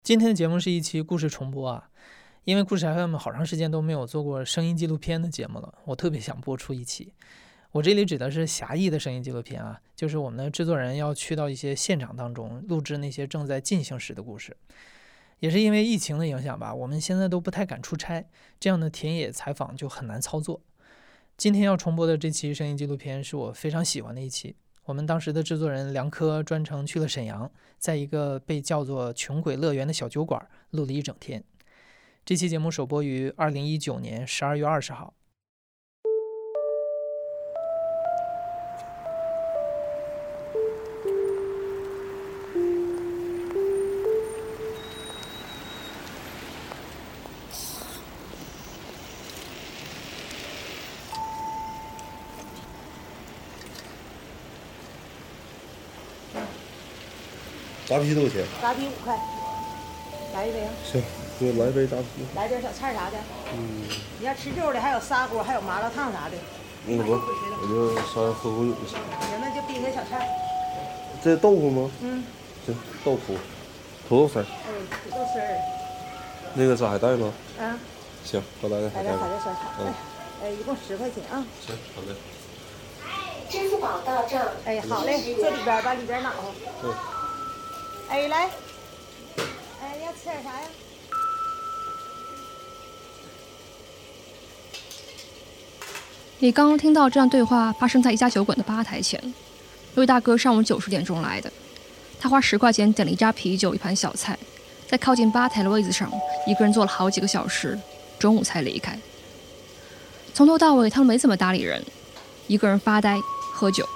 今天的节目是一期故事重播啊，因为故事 FM 好长时间都没有做过声音纪录片的节目了，我特别想播出一期。我这里指的是狭义的声音纪录片啊，就是我们的制作人要去到一些现场当中录制那些正在进行时的故事。也是因为疫情的影响吧，我们现在都不太敢出差，这样的田野采访就很难操作。今天要重播的这期声音纪录片是我非常喜欢的一期，我们当时的制作人梁科专程去了沈阳，在一个被叫做穷鬼乐园的小酒馆录了一整天。这期节目首播于2019年12月20号。 扎啤多少钱？ 扎啤5块，来一杯啊！ 行，给我来杯扎啤。 来点小菜啥的。你要吃肉的，还有砂锅，还有麻辣烫啥的。 不，我就稍喝口酒就行。 行，那就冰个小菜。 这豆腐吗？行，豆腐，土豆丝儿。 土豆丝儿。 那个海带吗？行，我来个海带。海带酸菜。一共10块钱啊。 行，好的。 支付宝到账。 好嘞，这里边把里边拿好。来，要吃点啥呀？ 你刚刚听到这段对话发生在一家酒馆的吧台前。有位大哥上午90点钟来的，他花10块钱点了一扎啤酒、一盘小菜，在靠近吧台的位子上一个人坐了好几个小时，中午才离开。从头到尾他都没怎么搭理人，一个人发呆喝酒。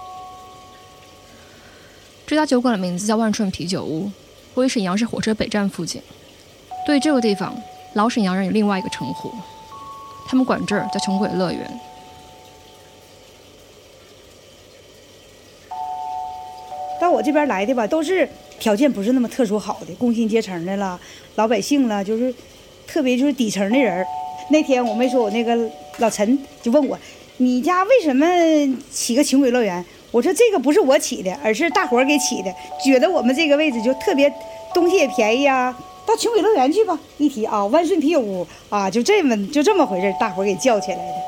这家酒馆的名字叫万顺啤酒屋，位于沈阳市火车北站附近。对于这个地方，老沈阳人有另外一个称呼，他们管这儿叫穷鬼乐园。 到我这边来的吧，都是条件不是那么特殊好的，工薪阶层的了，老百姓了，就是特别就是底层的人。那天我没说，我那个老陈就问我，你家为什么起个穷鬼乐园？我说这个不是我起的，而是大伙儿给起的，觉得我们这个位置就特别，东西也便宜啊，到穷鬼乐园去吧。一提啊，万顺啤酒屋啊，就这么回事，大伙儿给叫起来的。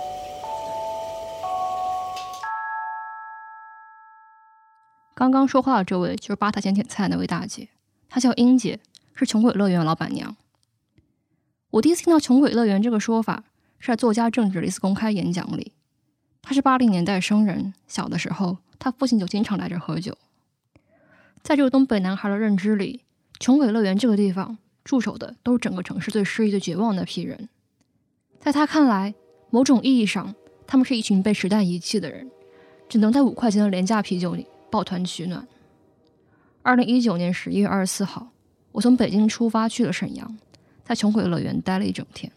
刚刚说话的这位就是吧台前点菜的那位大姐，她叫英姐，是穷鬼乐园的老板娘。我第一次听到穷鬼乐园这个说法是在作家郑直的一次公开演讲里。他是80年代生人，小的时候他父亲就经常来这喝酒。在这个东北男孩的认知里，穷鬼乐园这个地方驻守的都是整个城市最失意最绝望的那批人。在他看来，某种意义上他们是一群被时代遗弃的人，只能在5块钱的廉价啤酒里抱团取暖。2019年11月24号，我从北京出发去了沈阳，在穷鬼乐园待了一整天。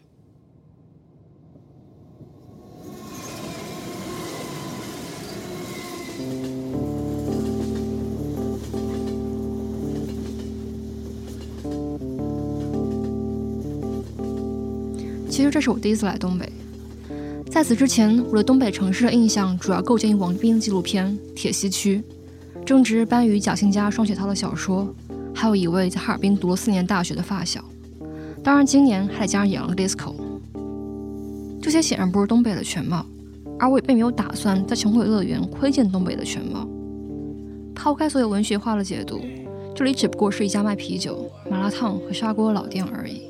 其实这是我第一次来东北，在此之前，我对东北城市的印象主要构建于王斌的纪录片《铁西区》，正值班宇、贾兴家双雪涛的小说，还有一位在哈尔滨读了4年大学的发小。当然，今年还得加上野狼 disco。这些显然不是东北的全貌，而我也并没有打算在穷鬼乐园窥见东北的全貌。抛开所有文学化的解读，这里只不过是一家卖啤酒、麻辣烫和砂锅的老店而已。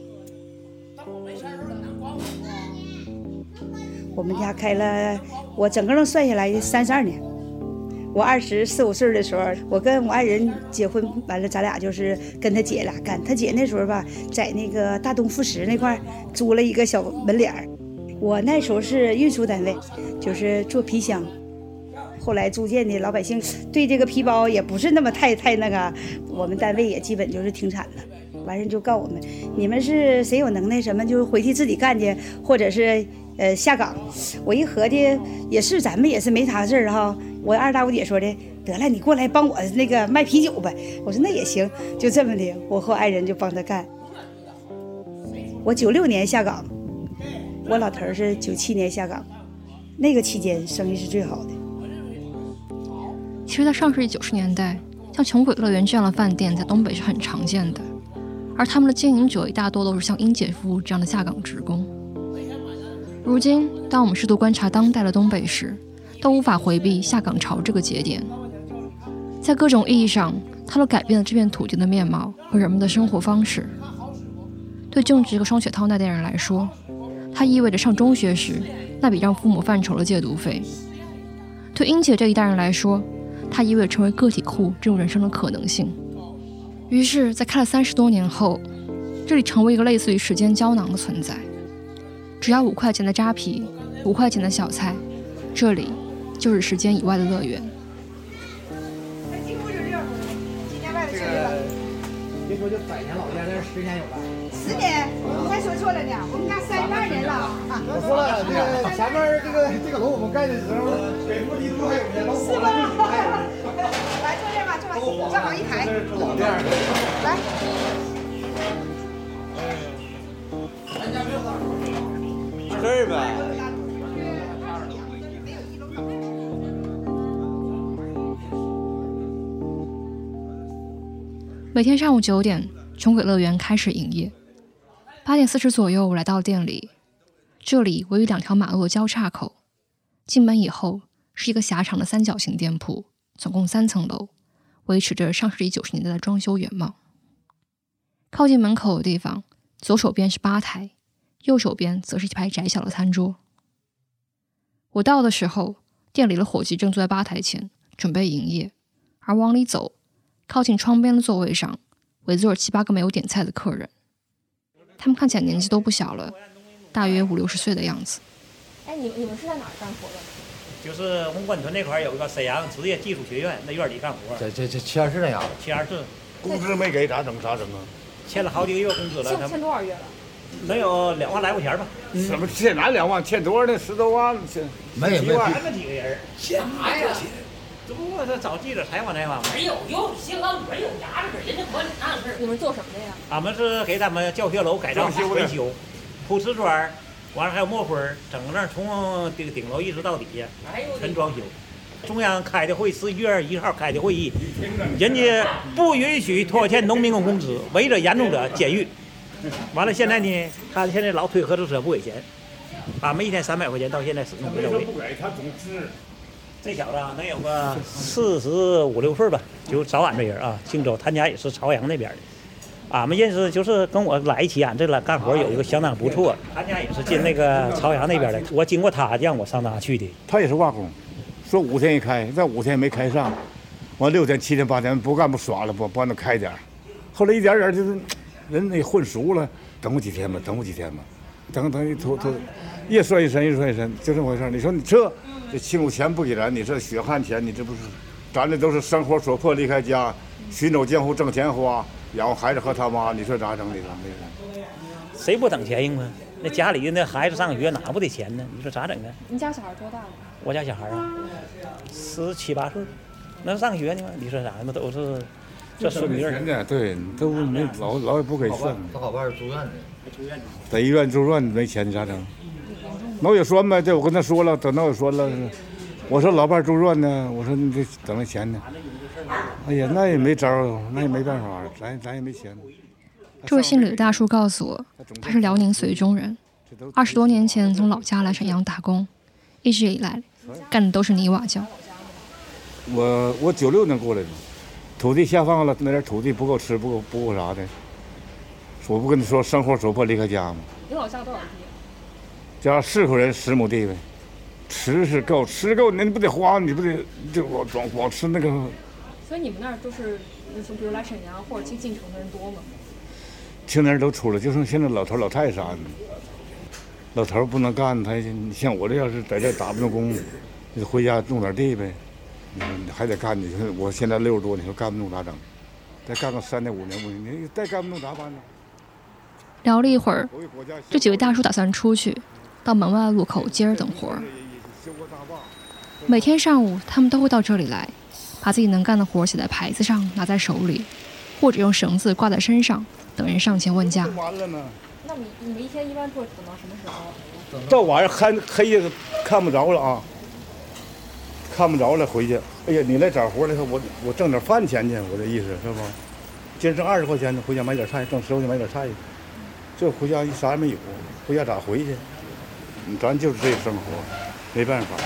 我们家开了，我整个能算下来32年。我24、25岁的时候，我跟我爱人结婚完了，咱俩就是跟他姐俩干。他姐那时候吧，在那个大东副食那块租了一个小门脸。我那时候是运输单位，就是做皮箱。后来逐渐的，老百姓对这个皮包也不是那么太那个，我们单位也基本就是停产了。完事就告我们，你们是谁有能耐什么就回去自己干去，或者是下岗。我一合计也是，咱们也是没啥事儿哈。我二大姑姐说的，得了，你过来帮我那个卖啤酒呗。我说那也行，就这么的，我和我爱人就帮他干。我96年下岗，我老头是97年下岗，那个期间生意是最好的。 其实在上世纪90年代，像穷鬼乐园这样的饭店在东北是很常见的。 而他们的经营者也大多都是像英姐夫这样的下岗职工。如今，当我们试图观察当代的东北时，都无法回避下岗潮这个节点。在各种意义上，它都改变了这片土地的面貌和人们的生活方式。对种植一个双血套那代人来说，它意味着上中学时那笔让父母犯愁的戒毒费；对英姐这一代人来说，它意味着成为个体户这种人生的可能性。于是，在开了30多年后，这里成为一个类似于时间胶囊的存在。只要5块钱的扎啤，5块钱的小菜，这里就是时间以外的乐园。 别说就100年老店，这是10年有了。 10年，你还说错了呢，我们家32年了啊。 我说了，这个前面这个楼我们盖的时候，北部离都还有呢， 是吗？来坐这吧，坐吧，正好一排。 这是老店。 来。 这儿呗。 每天上午9点，穷鬼乐园开始营业。8点40左右，我来到店里，这里位于2条马路的交叉口。进门以后是一个狭长的3角形店铺，总共3层楼，维持着上世纪90年代的装修原貌。靠近门口的地方，左手边是吧台，右手边则是一排窄小的餐桌。我到的时候，店里的伙计正坐在吧台前准备营业，而往里走，靠近窗边的座位上围坐着7、8个没有点菜的客人，他们看起来年纪都不小了，大约50、60岁的样子。 哎，你们是在哪儿干活的？ 就是红关屯那块有一个沈阳职业技术学院，那院里干活。 这724那样 ，724， 工资没给，咋整？ 欠了好几个月工资了。 欠多少月了？ 能有2万来块钱吧？ 什么欠哪2万？欠多少呢？10多万， 没几万，那几个人？欠啥呀？这不是找记者采访吗？ 没有新郎没有牙的事，人家管你那事。 你们做什么的呀？ 俺们是给咱们教学楼改造维修，铺瓷砖，完了还有抹灰，整个那从这个顶楼一直到底下全装修。中央开的会11月1号开的会议，人家不允许拖欠农民工工资，违者严重者监狱。完了现在呢，他现在老推合资车不给钱，俺们一天300块钱，到现在始终没到位。 不给他总支。 这小子能有个45、6岁吧，就找俺这人啊，荆州，他家也是朝阳那边的。俺们认识，就是跟我来一起，俺这来干活有一个相当不错，他家也是进那个朝阳那边的。我经过他让我上那去的。 他也是瓦工，说5天一开，这5天没开上，完6天、7天、8天不干不耍了，不让他开点。后来一点点就是人那混熟了，等我几天吧，等一拖，越算越深，就这么回事。你说你这辛苦钱不给咱，你这血汗钱，你这不是，咱这都是生活所迫，离开家，寻走江湖挣钱花，养活孩子和他妈，你说咋整？你说谁不等钱用啊？那家里那孩子上学哪不得钱呢？你说咋整啊？ 你家小孩多大了？ 我家小孩啊，17、8岁，那上学呢吗？你说啥嘛？都是这孙女儿， 对，都没老也不给算。 他好伴住院呢， 在医院住院没钱，你咋整？脑血栓呗，这我跟他说了，等脑血栓了。我说老伴住院呢，我说你得等那钱呢。哎呀，那也没招，那也没办法，咱也没钱。 这位姓李的大叔告诉我，他是辽宁绥中人，20多年前从老家来沈阳打工，一直以来干的都是泥瓦匠。 我96年过来的，土地下放了，那点土地不够吃，不够啥的。我不跟你说生活所迫离开家吗？ 你老家多少地？ 家4口人10亩地呗，吃够，你不得花，你不得就光吃那个。 所以你们那儿就是比如来沈阳或者进城的人多吗？ 青年人都出来，就剩现在老头老太太啥的。老头不能干，他像我这要是在这打不动工，就回家种点地呗。你还得干，你说我现在60多，你说干不动咋整？再干个3年5年不行，你再干不动咋办呢？ 聊了一会儿，这几位大叔打算出去，到门外的路口接着等活儿。每天上午，他们都会到这里来，把自己能干的活写在牌子上，拿在手里，或者用绳子挂在身上，等人上前问价。 那你们一天一般会等到什么时候啊？ 到晚上黑夜看不着了啊，看不着了回去。哎呀，你来找活来，我挣点饭钱去，我这意思是不？ 今儿挣20块钱呢，回家买点菜，挣10块钱买点菜。这回家啥也没有，回家咋回去？咱就是这个生活，没办法。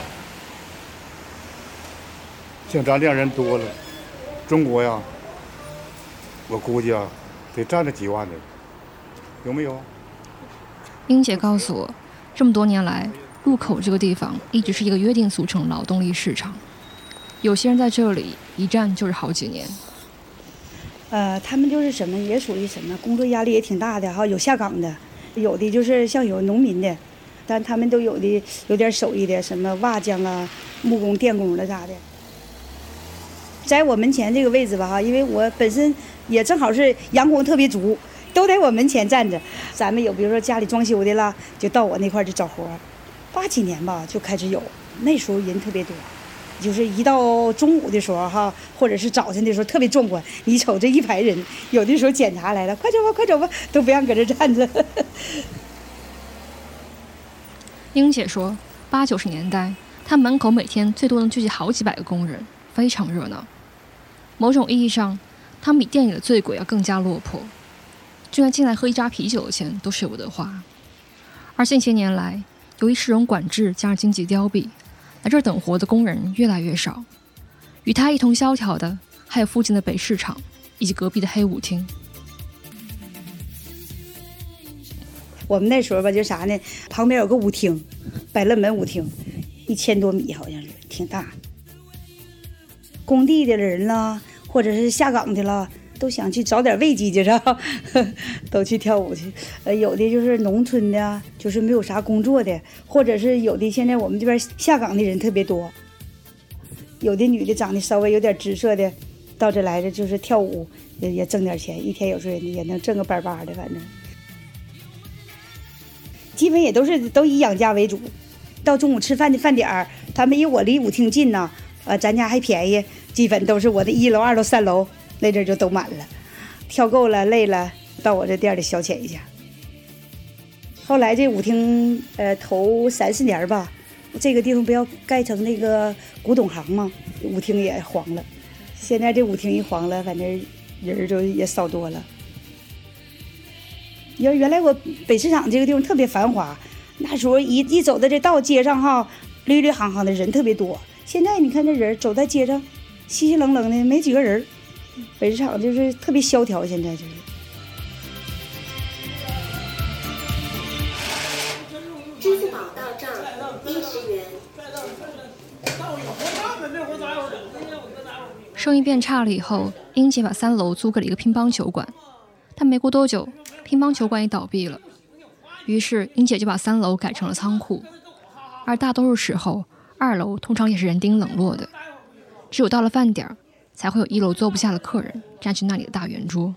像咱这样人多了，中国呀，我估计啊，得占着几万的，有没有？ 英姐告诉我，这么多年来，路口这个地方一直是一个约定俗成劳动力市场，有些人在这里一站就是好几年。 他们就是什么，也属于什么，工作压力也挺大的哈，有下岗的，有的就是像有农民的，但他们都有的有点手艺的，什么瓦匠啊、木工、电工的啥的。在我门前这个位置吧哈，因为我本身也正好是阳光特别足，都在我门前站着。咱们有比如说家里装修的了，就到我那块去找活。80几年吧就开始有，那时候人特别多。就是一到中午的时候哈，或者是早晨的时候特别壮观。你瞅这一排人，有的时候检查来了，快走吧，快走吧，都不让搁这站着。 英姐说，80、90年代，她门口每天最多能聚集好几百个工人，非常热闹。某种意义上，他们比店里的醉鬼要更加落魄，就连进来喝一扎啤酒的钱都舍不得花。而近些年来，由于市容管制加上经济凋敝，来这儿等活的工人越来越少，与他一同萧条的还有附近的北市场以及隔壁的黑舞厅。 我们那时候吧，就啥呢？旁边有个舞厅，百乐门舞厅，1000多米好像是，挺大。工地的人啦，或者是下岗的了，都想去找点慰藉去上，都去跳舞去。有的就是农村的，就是没有啥工作的，或者是有的现在我们这边下岗的人特别多。有的女的长得稍微有点姿色的，到这来的就是跳舞，也挣点钱，一天有时候也能挣个巴巴的，反正。基本也都以养家为主。到中午吃饭的饭点儿，他们因为我离舞厅近呢，咱家还便宜，基本都是我的1楼、2楼、3楼。那阵就都满了，跳够了累了，到我这店里消遣一下。后来这舞厅头3、4年吧，这个地方不要盖成那个古董行吗？舞厅也黄了。现在这舞厅一黄了，反正人就也少多了。原来我北市场这个地方特别繁华，那时候一走到这道街上哈，绿绿行行的人特别多。现在你看这人走在街上，稀稀冷冷的，没几个人。北市场就是特别萧条，现在就是。 支付宝到账10元。 生意变差了以后，英姐把3楼租给了一个乒乓球馆，但没过多久，乒乓球馆也倒闭了。于是英姐就把3楼改成了仓库，而大多数时候，2楼通常也是人丁冷落的，只有到了饭点儿，才会有1楼坐不下的客人占据那里的大圆桌。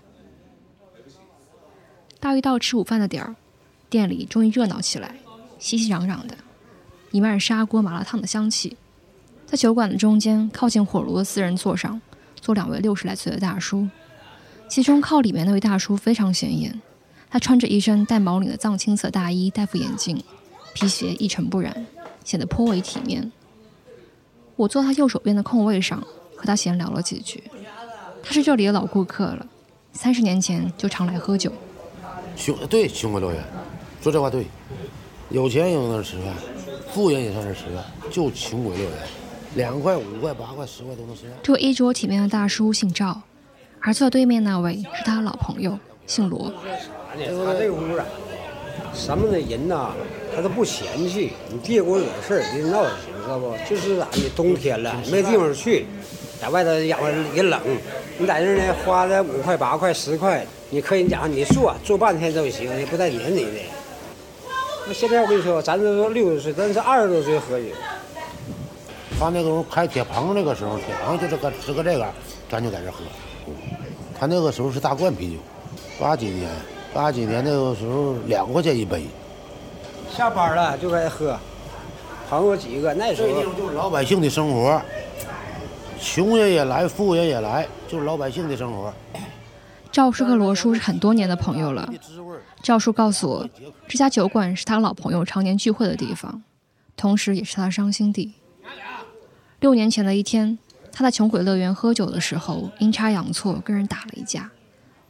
大约到吃午饭的点儿，店里终于热闹起来，熙熙攘攘的，弥漫着砂锅麻辣烫的香气。在酒馆的中间，靠近火炉的4人座上，坐2位60来岁的大叔，其中靠里面那位大叔非常显眼，他穿着一身带毛领的藏青色大衣，戴副眼镜，皮鞋一尘不染，显得颇为体面。我坐他右手边的空位上，和他闲聊了几句。他是这里的老顾客了，30年前就常来喝酒。 对，穷鬼乐园，说这话对。有钱也能吃饭，富人也上这吃饭，就穷鬼乐园，2块、5块、8块、10块都能吃饭。 这位衣着体面的大叔姓赵，而坐对面那位是他的老朋友，姓罗。 他这个屋啊，什么的人呐，他都不嫌弃。你别给我惹事儿，你闹就行，知道不？就是咋的，冬天了没地方去，在外头养着也冷，你在这呢花了5块、8块、10块，你可以讲你坐半天都行，也不带撵你的。那现在我跟你说，咱这都60岁，咱是20多岁喝酒。 他那个时候开铁棚那个时候，铁棚就这个这个，咱就在这喝。他那个时候是大罐啤酒，80几年那个时候2块钱一杯。 下班了就该喝，朋友几个那时候。 这地方就是老百姓的生活，穷人也来，富人也来，就是老百姓的生活。 赵叔和罗叔是很多年的朋友了。赵叔告诉我，这家酒馆是他老朋友常年聚会的地方，同时也是他的伤心地。6年前的一天，他在穷鬼乐园喝酒的时候，阴差阳错跟人打了一架，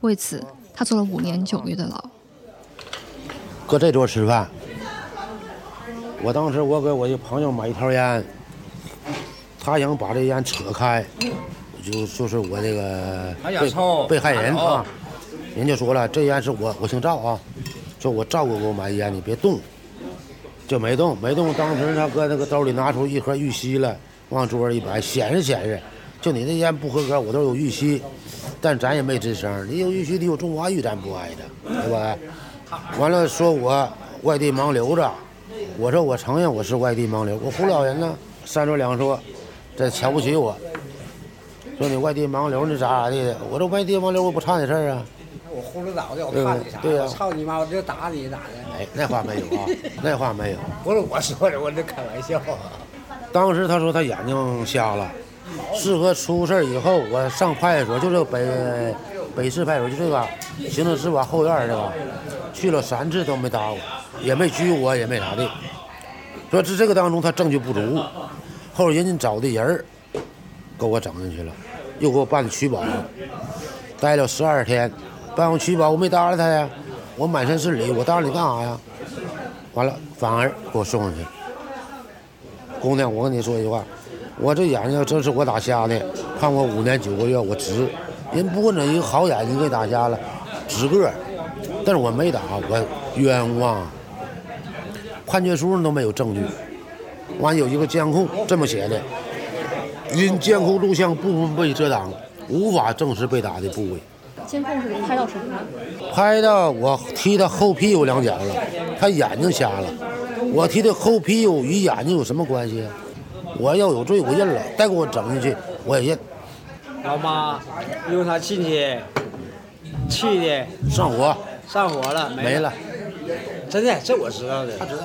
为此他坐了5年9个月的牢。 搁这桌吃饭，我当时我给我一朋友买一条烟，他想把这烟扯开，就是我这个被害人啊，人家说了，这烟是我姓赵啊，说我赵哥给我买烟，你别动，就没动。当时他搁那个兜里拿出一盒玉溪来，往桌上一摆，显示，就你这烟不合格，我都有玉溪，但咱也没吱声。你有玉溪，你有中华玉，咱不挨着，对吧？完了说我外地盲流子，我说我承认我是外地盲流，我胡老人呢，三说两说，这瞧不起我，说你外地盲流你咋的？我说外地盲流我不差你事儿啊。 我胡了倒的，我怕你啥？ 对呀， 我操你妈！我就打你咋的？ 哎，那话没有啊，那话没有， 不是我说的，我这开玩笑。 当时他说他眼睛瞎了，适合出事以后，我上派出所，就是北市派出所，就这个行政司法后院这个，去了3次都没打我，也没拘我，也没啥的。说这个当中他证据不足，后来人家找的人给我整进去了，又给我办取保，待了12天。办完取保我没搭理他呀，我满身是理，我搭理你干啥呀？完了反而给我送上去。姑娘，我跟你说一句话，我这眼睛真是我打瞎的，判我5年9个月，我值。人不问一个好眼睛给打瞎了，值个，但是我没打，我冤枉。判决书上都没有证据，完有一个监控这么写的：因监控录像部分被遮挡，无法证实被打的部位。 监控是给拍到什么？ 拍到我踢他后屁股2脚了，他眼睛瞎了。我踢他后屁股与眼睛有什么关系啊？我要有罪，我认了，再给我整进去，我也认。 老妈，因为他进去，气的上火了， 没了。 真的，这我知道的。 他知道。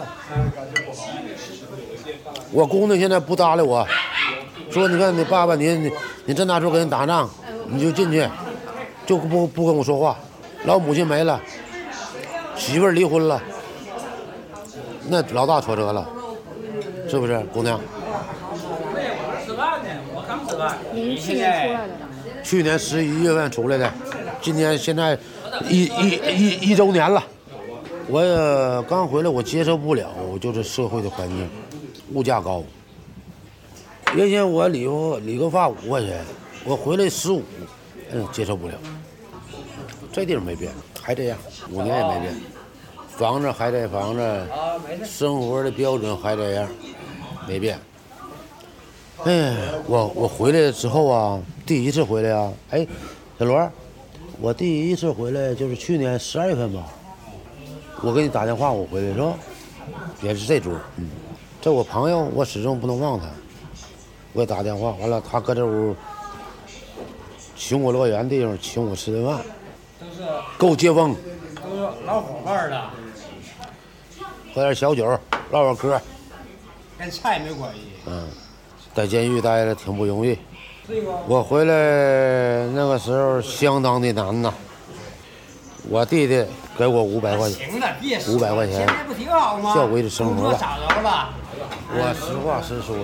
我姑娘现在不搭理我，说你看你爸爸，你这那时候跟人打仗，你就进去。就不跟我说话，老母亲没了，媳妇儿离婚了，那老大挫折了，是不是，姑娘？ 您去年出来的？ 去年11月份出来的，今年现在一周年了。我也刚回来，我接受不了就是社会的环境，物价高。原先我理个发5块钱，我回来15，接受不了。这地方没变，还这样，5年也没变，房子还这房子，生活的标准还这样，没变。哎，我回来之后啊，第一次回来啊，哎，小罗，我第一次回来就是去年12月份吧，我给你打电话，我回来是吧？也是这桌，这我朋友，我始终不能忘他，我给打电话，完了他搁这屋。请我乐园地方，请我吃顿饭，够接风， 都是老伙伴的， 喝点小酒，唠唠嗑， 跟菜没关系。 在监狱待着挺不容易。我回来那个时候相当的难呐。我弟弟给我500块钱，500块钱， 现在不挺好吗？ 叫维持生活吧。 找着了。 我实话实说，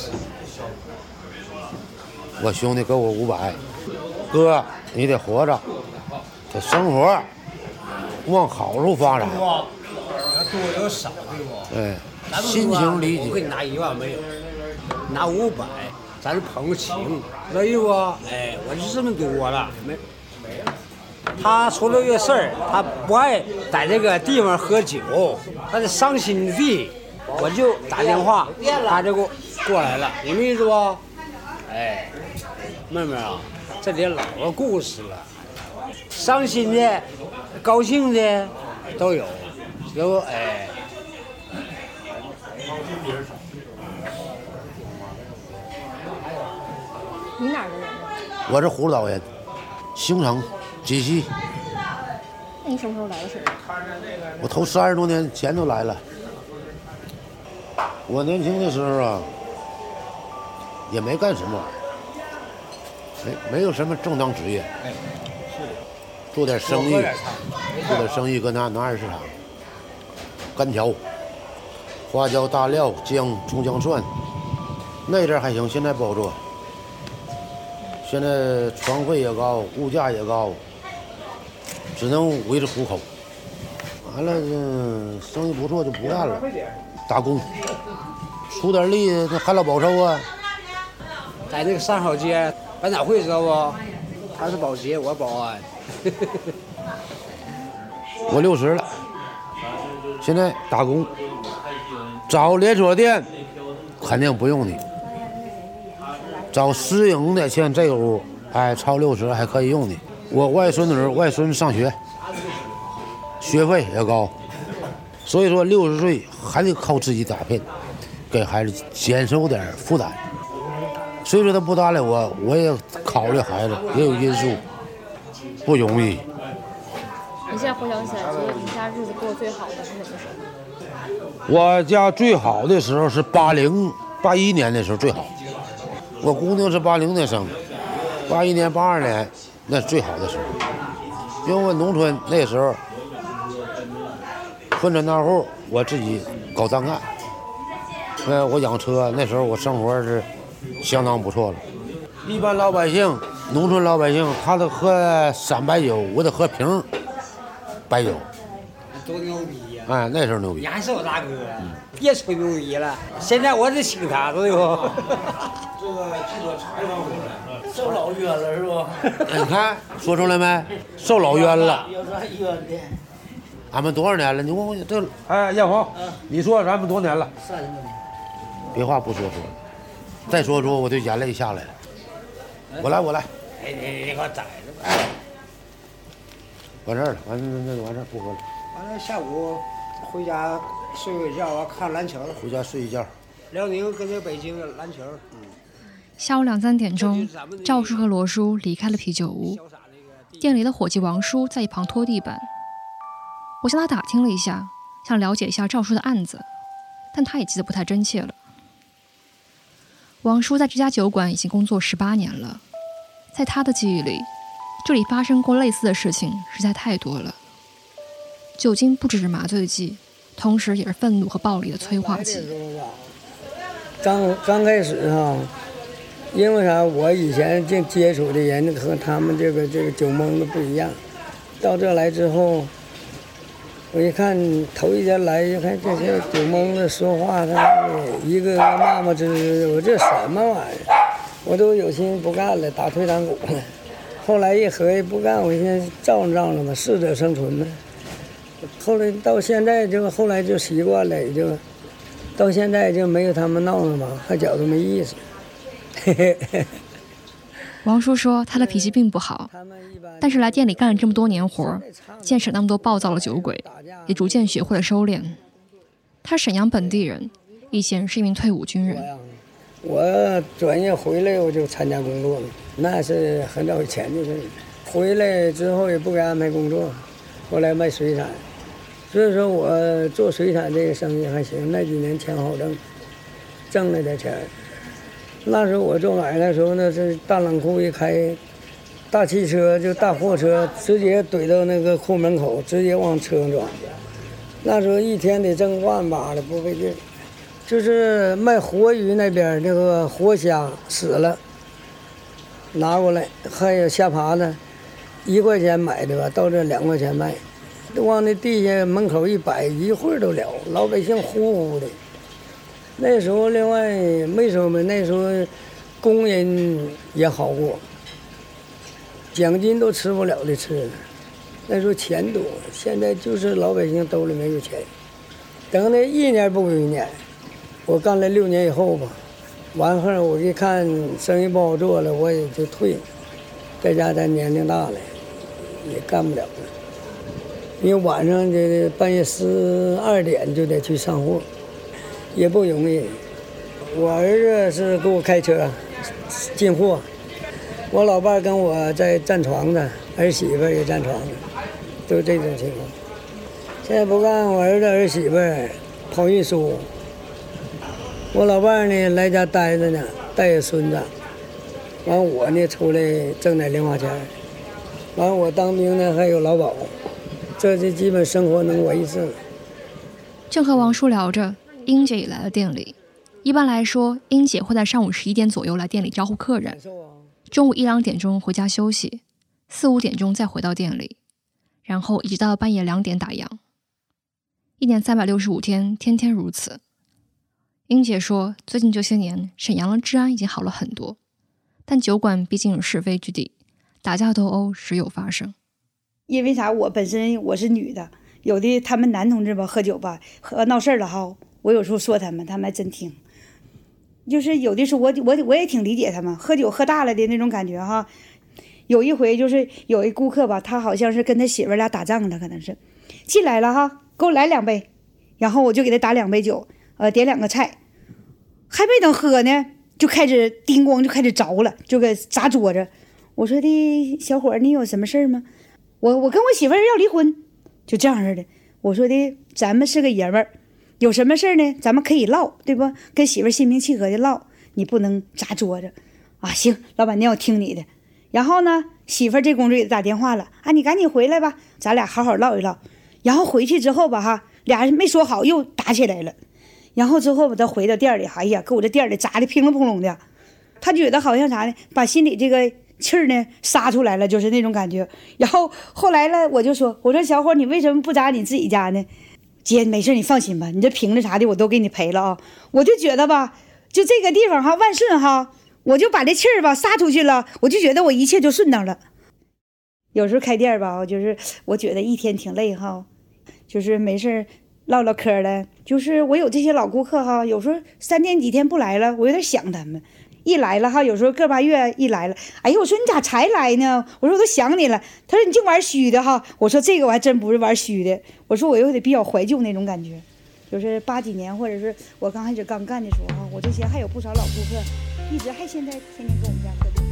我兄弟给我500。哥，你得活着，得生活，往好处发展。 多有少，对不？ 哎，心情理解。 我给你拿1万没有，拿500，咱是朋友情，知道意思不？哎，我就这么多了，没。他出了个事儿，他不爱在这个地方喝酒，他是伤心地，我就打电话，他就过来了，你们意思不？哎，妹妹啊。这里老个故事了，伤心的、高兴的都有，哎。 你哪儿的人？ 我是葫芦岛人，兴城、鸡西。 那你什么时候来的沈阳？ 我头30多年前就来了。我年轻的时候啊，也没干什么。没有什么正当职业，做点生意，搁那二市场，干条、花椒、大料、姜、葱姜蒜，那阵还行，现在不好做。现在床费也高，物价也高， 只能维持糊口。完了，生意不错就不干了，打工，出点力，那海老保收啊。 在那个三好街百脑汇知道不？他是保洁，我保安。 我60了，现在打工，找连锁店肯定不用你，找私营的像这屋，超60还可以用你。我外孙上学，学费也高，所以说60岁还得靠自己打拼，给孩子减少点负担。所以说他不搭理我，我也考虑孩子，也有因素，不容易。 你现在回想起来，觉得你家日子过得最好的是什么时候？ 我家最好的时候是81年的时候最好。我姑娘是80年生的，81年、82年那是最好的时候。因为我农村那时候分产大户，我自己搞单干，我养车，那时候我生活是相当不错了。一般老百姓，农村老百姓，他都喝散白酒，我得喝瓶白酒。 多牛逼呀！ 那时候牛逼。 你还是我大哥，别吹牛逼了。现在我得请他，对不？这个记者采访我了， 受老冤了是不？ 你看说出来没？受老冤了。 有啥冤的？ 俺们多少年了？你问我这，艳红，你说咱们多年了 ？30多年。 别话不说，再说我就眼泪下来了。我来。 你给我宰了吧！ 完事儿了，完事儿不喝了。 完了下午回家睡个觉啊，看篮球。 回家睡一觉。 辽宁跟这北京篮球。 下午2、3点钟，赵叔和罗叔离开了啤酒屋，店里的伙计王叔在一旁拖地板。我向他打听了一下，想了解一下赵叔的案子，但他也记得不太真切了。王叔在这家酒馆已经工作18年了，在他的记忆里，这里发生过类似的事情实在太多了。酒精不只是麻醉剂，同时也是愤怒和暴力的催化剂。 刚开始因为啥？我以前接触的人和他们这个酒蒙的不一样，到这来之后，我一看头一天来，一看这些酒蒙子说话，他一个个骂骂咧咧，我这什么玩意儿？我都有心不干了，打退堂鼓了。后来一合计不干，我先照着吧，适者生存呗。后来到现在后来就习惯了，也就到现在就没有他们闹了嘛，还觉得没意思。 王叔说他的脾气并不好，但是来店里干了这么多年活，见识那么多暴躁的酒鬼，也逐渐学会了收敛。他是沈阳本地人，以前是一名退伍军人。 我转业回来我就参加工作了，那是很早以前的事。回来之后也不给安排工作，后来卖水产，所以说我做水产这个生意还行，那几年钱好挣了点钱。那时候我做买卖的时候呢，这大冷库一开，大汽车就大货车直接怼到那个库门口，直接往车上装。那时候一天得挣1.8万的，不费劲。就是卖活鱼那边那个活虾死了，拿过来，还有虾爬子，1块钱买的吧，到这2块钱卖，往那地下门口一摆，一会儿都了，老百姓呼呼的。那时候另外没什么，那时候工人也好过，奖金都吃不了的吃，那时候钱多，现在就是老百姓兜里没有钱。等那1年不如1年，我干了6年以后吧，完后我一看生意不好做了，我也就退了，在家咱年龄大了，也干不了了，因为晚上这半夜12点就得去上货。也不容易，我儿子是给我开车进货，我老伴跟我在站床的，儿媳妇也站床的，都这种情况。现在不干，我儿子儿媳妇跑运输，我老伴呢来家待着呢，带着孙子，完我呢出来挣点零花钱，完我当兵呢还有劳保，这基本生活能过一次。 正和王叔聊着，英姐也来了店里。一般来说，英姐会在上午11点左右来店里招呼客人，中午1、2点钟回家休息，4、5点钟再回到店里。 然后一直到半夜2点打烊。1年365天，天天如此。英姐说，最近这些年沈阳的治安已经好了很多，但酒馆毕竟有是非之地，打架斗殴时有发生。 因为啥？我本身我是女的，有的他们男同志吧喝酒吧闹事了哈，我有时候说他们还真听。就是有的时候我也挺理解他们，喝酒喝大了的那种感觉哈。有一回就是有一顾客吧，他好像是跟他媳妇俩打仗了，可能是进来了哈，给我来2杯，然后我就给他打2杯酒，点2个菜，还没等喝呢，就开始叮咣就开始着了，就给砸桌子。我说的小伙，你有什么事儿吗？我跟我媳妇儿要离婚，就这样似的。我说的咱们是个爷们儿，有什么事儿呢？咱们可以唠，对不？跟媳妇儿心平气和的唠，你不能砸桌子啊！行，老板娘我听你的。然后呢，媳妇儿这工作给他打电话了啊，你赶紧回来吧，咱俩好好唠一唠。然后回去之后吧哈，俩人没说好又打起来了。然后之后把他回到店里，哎呀，给我这店里砸的乒铃砰隆的。他觉得好像啥呢，把心里这个气儿呢撒出来了，就是那种感觉。然后后来了，我就说，我说小伙，你为什么不砸你自己家呢？姐，没事，你放心吧，你这瓶子啥的我都给你赔了啊。我就觉得吧，就这个地方哈，万顺哈，我就把这气儿吧撒出去了，我就觉得我一切就顺当了。有时候开店吧，就是我觉得一天挺累哈，就是没事唠唠嗑的。就是我有这些老顾客哈，有时候3天几天不来了，我有点想他们。一来了哈，有时候个把月一来了，哎呦，我说你咋才来呢？我说我都想你了。他说你净玩虚的哈。我说这个我还真不是玩虚的，我说我有点比较怀旧那种感觉，就是80几年或者是我刚开始刚干的时候哈，我这些还有不少老顾客，一直还现在天天跟我们家喝酒。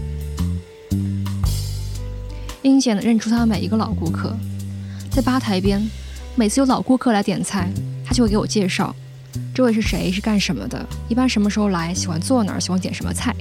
英姐能认出她每一个老顾客，在吧台边，每次有老顾客来点菜，她就会给我介绍。这位是谁？是干什么的？一般什么时候来？喜欢坐哪儿？喜欢点什么菜？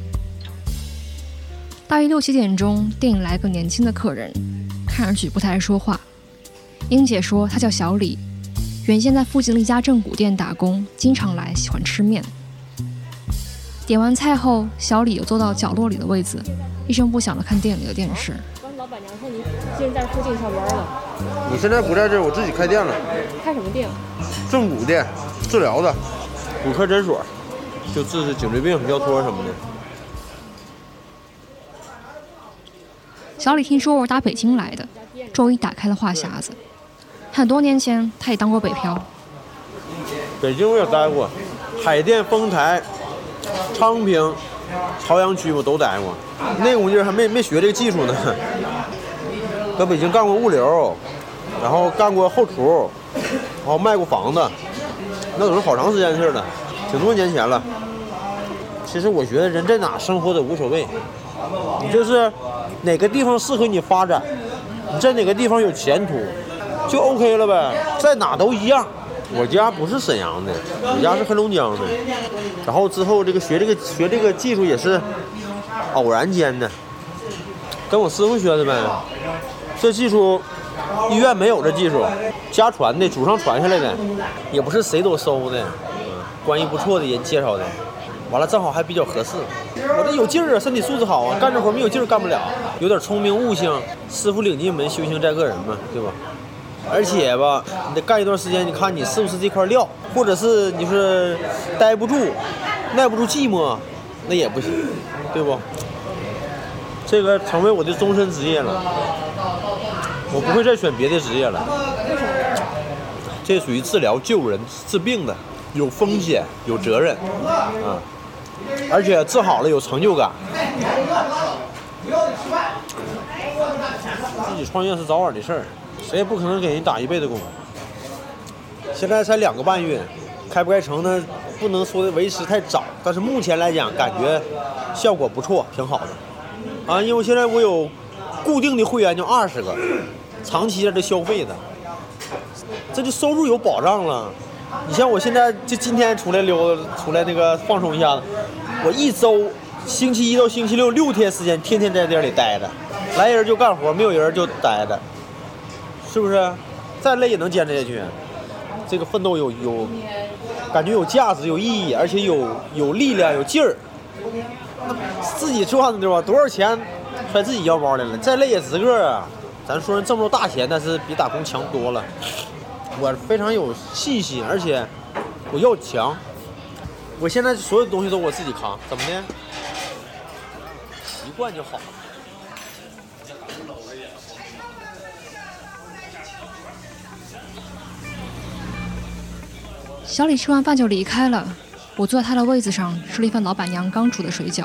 大约6、7点钟，店里来个年轻的客人，看上去不太爱说话。英姐说他叫小李，原先在附近的一家正骨店打工，经常来，喜欢吃面。点完菜后，小李又坐到角落里的位子，一声不响地看店里的电视。 刚老板娘说你现在在附近上班了。 我现在不在这儿，我自己开店了。 开什么店？ 正骨店，治疗的，骨科诊所，就治颈椎病、腰托什么的。 小李听说我是打北京来的，周一打开了话匣子。很多年前，他也当过北漂。 北京我也待过，海淀、丰台、昌平、朝阳区我都待过。那个我就是还没学这个技术呢。搁北京干过物流，然后干过后厨，然后卖过房子，那都是好长时间的事了，挺多年前了。其实我觉得人在哪生活都无所谓，你就是哪个地方适合你发展，你在哪个地方有前途，就 OK 了呗，在哪都一样。我家不是沈阳的，我家是黑龙江的，然后之后学这个技术也是偶然间的，跟我师傅学的呗。这技术医院没有这技术，家传的，祖上传下来的，也不是谁都收的，关系不错的人介绍的，完了正好还比较合适。我这有劲儿啊，身体素质好啊，干这活没有劲儿干不了，有点聪明悟性，师傅领进门，修行在个人嘛，对吧？而且吧，你得干一段时间，你看你是不是这块料，或者是你是待不住、耐不住寂寞，那也不行，对不？这个成为我的终身职业了，我不会再选别的职业了。这属于治疗、救人、治病的，有风险、有责任，而且治好了有成就感。自己创业是早晚的事儿，谁也不可能给人打一辈子工。现在才2个半月，开不开成呢？不能说的为时太早，但是目前来讲，感觉效果不错，挺好的。因为现在我有固定的会员就20个，长期在这消费的，这就收入有保障了。你像我现在就今天出来溜达，出来那个放松一下子，我一周星期1到星期6 6天时间，天天在店里待着，来人就干活，没有人就待着，是不是？再累也能坚持下去。这个奋斗有感觉有价值、有意义，而且有力量、有劲儿。自己赚的对吧？多少钱揣自己腰包来了，再累也值个啊！ 咱说挣不着大钱，但是比打工强多了。我非常有信心，而且我要强。我现在所有东西都我自己扛，怎么的？习惯就好。 小李吃完饭就离开了，我坐在他的位子上吃了一份老板娘刚煮的水饺。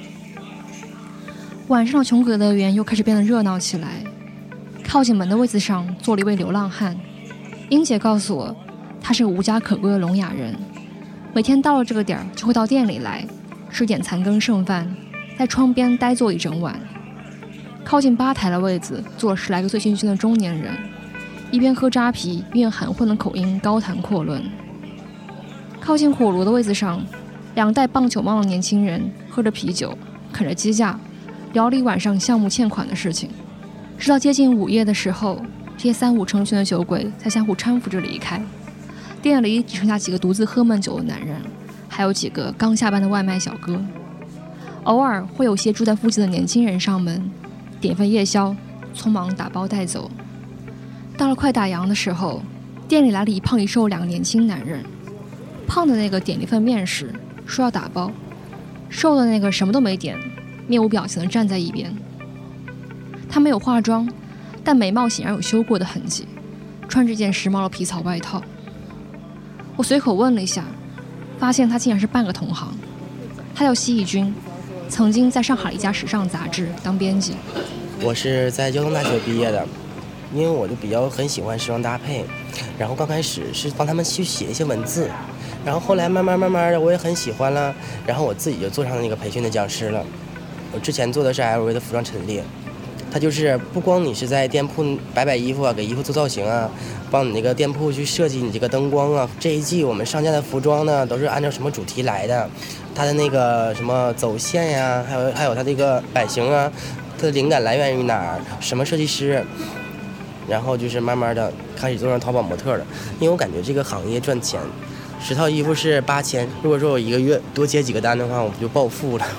晚上的穷鬼乐园又开始变得热闹起来，靠近门的位子上坐了一位流浪汉。英姐告诉我，他是个无家可归的聋哑人，每天到了这个点儿就会到店里来吃点残羹剩饭，在窗边呆坐一整晚。靠近吧台的位子坐了10来个醉醺醺的中年人，一边喝扎啤，一边用含混的口音高谈阔论。靠近火炉的位子上，2个戴棒球帽的年轻人喝着啤酒，啃着鸡架，聊了一晚上项目欠款的事情。直到接近午夜的时候，这些3、5成群的酒鬼才相互搀扶着离开。店里只剩下几个独自喝闷酒的男人，还有几个刚下班的外卖小哥。偶尔会有些住在附近的年轻人上门，点份夜宵，匆忙打包带走。到了快打烊的时候，店里来了一胖一瘦2个年轻男人。胖的那个点了一份面食，说要打包；瘦的那个什么都没点，面无表情地站在一边。他没有化妆，但眉毛显然有修过的痕迹，穿着一件时髦的皮草外套。我随口问了一下，发现他竟然是半个同行。他叫奚义军，曾经在上海一家时尚杂志当编辑。 我是在交通大学毕业的，因为我就比较很喜欢时装搭配，然后刚开始是帮他们去写一些文字，然后后来慢慢的我也很喜欢了，然后我自己就做上那个培训的讲师了。我之前做的是 LV 的服装陈列，它就是不光你是在店铺摆衣服啊，给衣服做造型啊，帮你那个店铺去设计你这个灯光啊。这一季我们上架的服装呢，都是按照什么主题来的，它的那个什么走线呀，还有它这个版型啊，它的灵感来源于哪儿，什么设计师。然后就是慢慢的开始做上淘宝模特了，因为我感觉这个行业赚钱，10套衣服是8000，如果说我1个月多接几个单的话，我不就暴富了？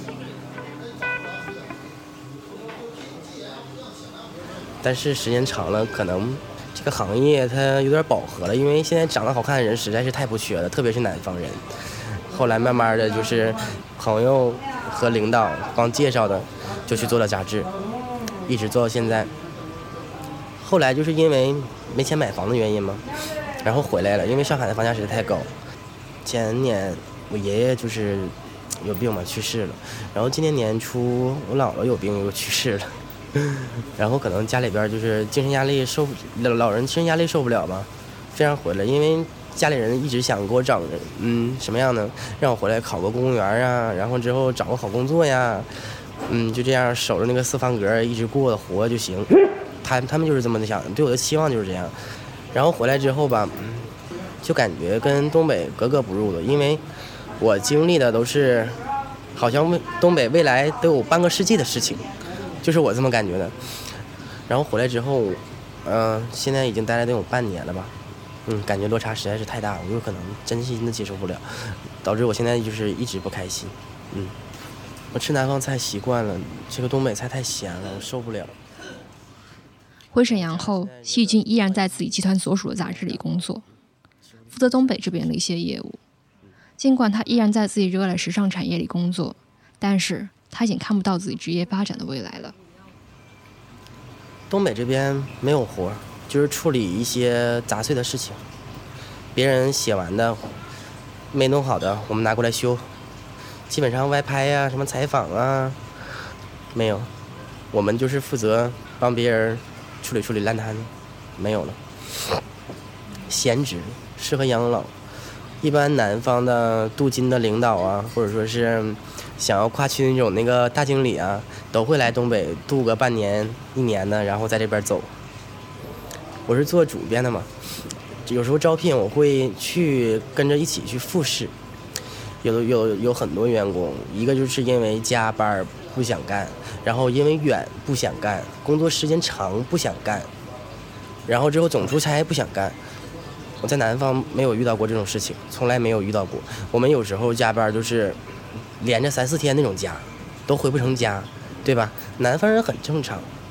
但是时间长了，可能这个行业它有点饱和了，因为现在长得好看的人实在是太不缺了，特别是南方人。后来慢慢的就是朋友和领导帮介绍的，就去做了杂志，一直做到现在。后来就是因为没钱买房的原因嘛，然后回来了，因为上海的房价实在太高。前年我爷爷就是有病嘛去世了，然后今年年初我姥姥有病又去世了，然后可能家里边就是精神压力老人精神压力受不了嘛，这样回来，因为家里人一直想给我找什么样的，让我回来考个公务员啊，然后之后找个好工作呀，就这样守着那个4方格一直过活就行。他们就是这么想，对我的期望就是这样。然后回来之后吧，就感觉跟东北格格不入的，因为我经历的都是好像东北未来都有半个世纪的事情，就是我这么感觉的。然后回来之后，现在已经待了得有半年了吧，感觉落差实在是太大了，我有可能真心的接受不了，导致我现在就是一直不开心。我吃南方菜习惯了，这个东北菜太咸了，我受不了。 回沈阳后，奚义军依然在自己集团所属的杂志里工作，负责东北这边的一些业务。尽管他依然在自己热爱的时尚产业里工作，但是他已经看不到自己职业发展的未来了。 东北这边没有活，就是处理一些杂碎的事情，别人写完的没弄好的我们拿过来修，基本上外拍呀、什么采访啊没有，我们就是负责帮别人处理烂摊子，没有了。闲职适合养老，一般南方的镀金的领导啊，或者说是想要跨区那种那个大经理啊，都会来东北镀个半年1年的，然后在这边走。我是做主编的嘛，有时候招聘我会去跟着一起去复试，有很多员工，一个就是因为加班不想干，然后因为远不想干，工作时间长不想干，然后之后总出差不想干。我在南方没有遇到过这种事情，从来没有遇到过。我们有时候加班就是连着3、4天那种加，都回不成家，对吧？南方人很正常。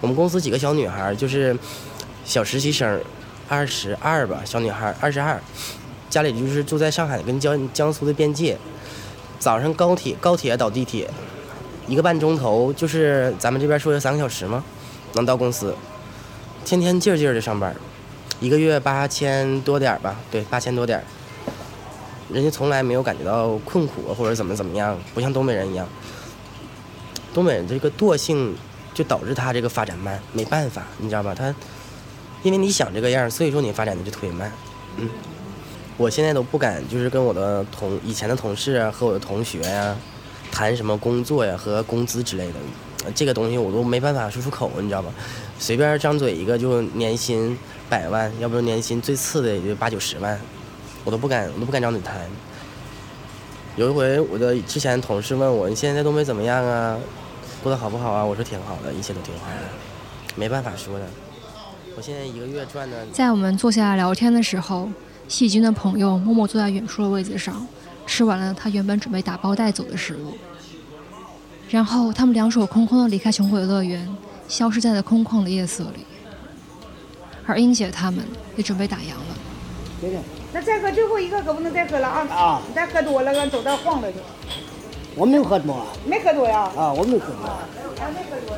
我们公司几个小女孩，就是小实习生，22吧，小女孩22，家里就是住在上海跟江苏的边界，早上高铁倒地铁1个半钟头，就是咱们这边说的3个小时嘛，能到公司，天天劲儿的上班，1个月8000多点吧，对，8000多点。人家从来没有感觉到困苦或者怎么样，不像东北人一样。东北人这个惰性就导致他这个发展慢，没办法，你知道吧？他因为你想这个样，所以说你发展的就特别慢。我现在都不敢就是跟我的以前的同事啊和我的同学呀谈什么工作呀和工资之类的，这个东西我都没办法说出口，你知道吧？随便张嘴一个就年薪100万，要不然年薪最次的也就80、90万。我都不敢张嘴谈。有一回，我的之前同事问我：“你现在在东北怎么样啊？过得好不好啊？”我说：“挺好的，一切都挺好的。”没办法说的。我现在1个月赚的。 在我们坐下来聊天的时候，细菌的朋友默默坐在远处的位子上，吃完了他原本准备打包带走的食物。然后他们两手空空地离开穷鬼乐园，消失在了空旷的夜色里。而英姐他们也准备打烊了。 对的。那再喝最后一个可不能再喝了啊！啊，你再喝多了，走道晃了去。 我没喝多。 没喝多呀？ 啊，我没喝多。 没喝多。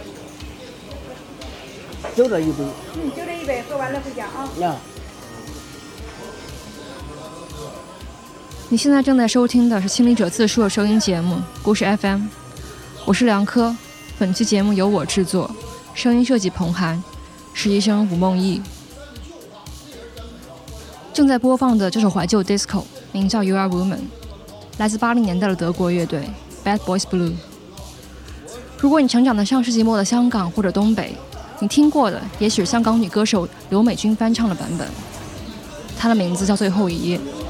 就这一杯。 就这一杯，喝完了回家啊。 呀。 你现在正在收听的是亲历者自述的收音节目《故事 FM》，我是梁科。本期节目由我制作，声音设计彭涵，实习生吴梦忆。正在播放的这首怀旧 disco 名叫 You Are Woman， 来自80年代的德国乐队 Bad Boys Blue。 如果你成长在上世纪末的香港或者东北，你听过的也许是香港女歌手刘美君翻唱的版本，她的名字叫最后一页。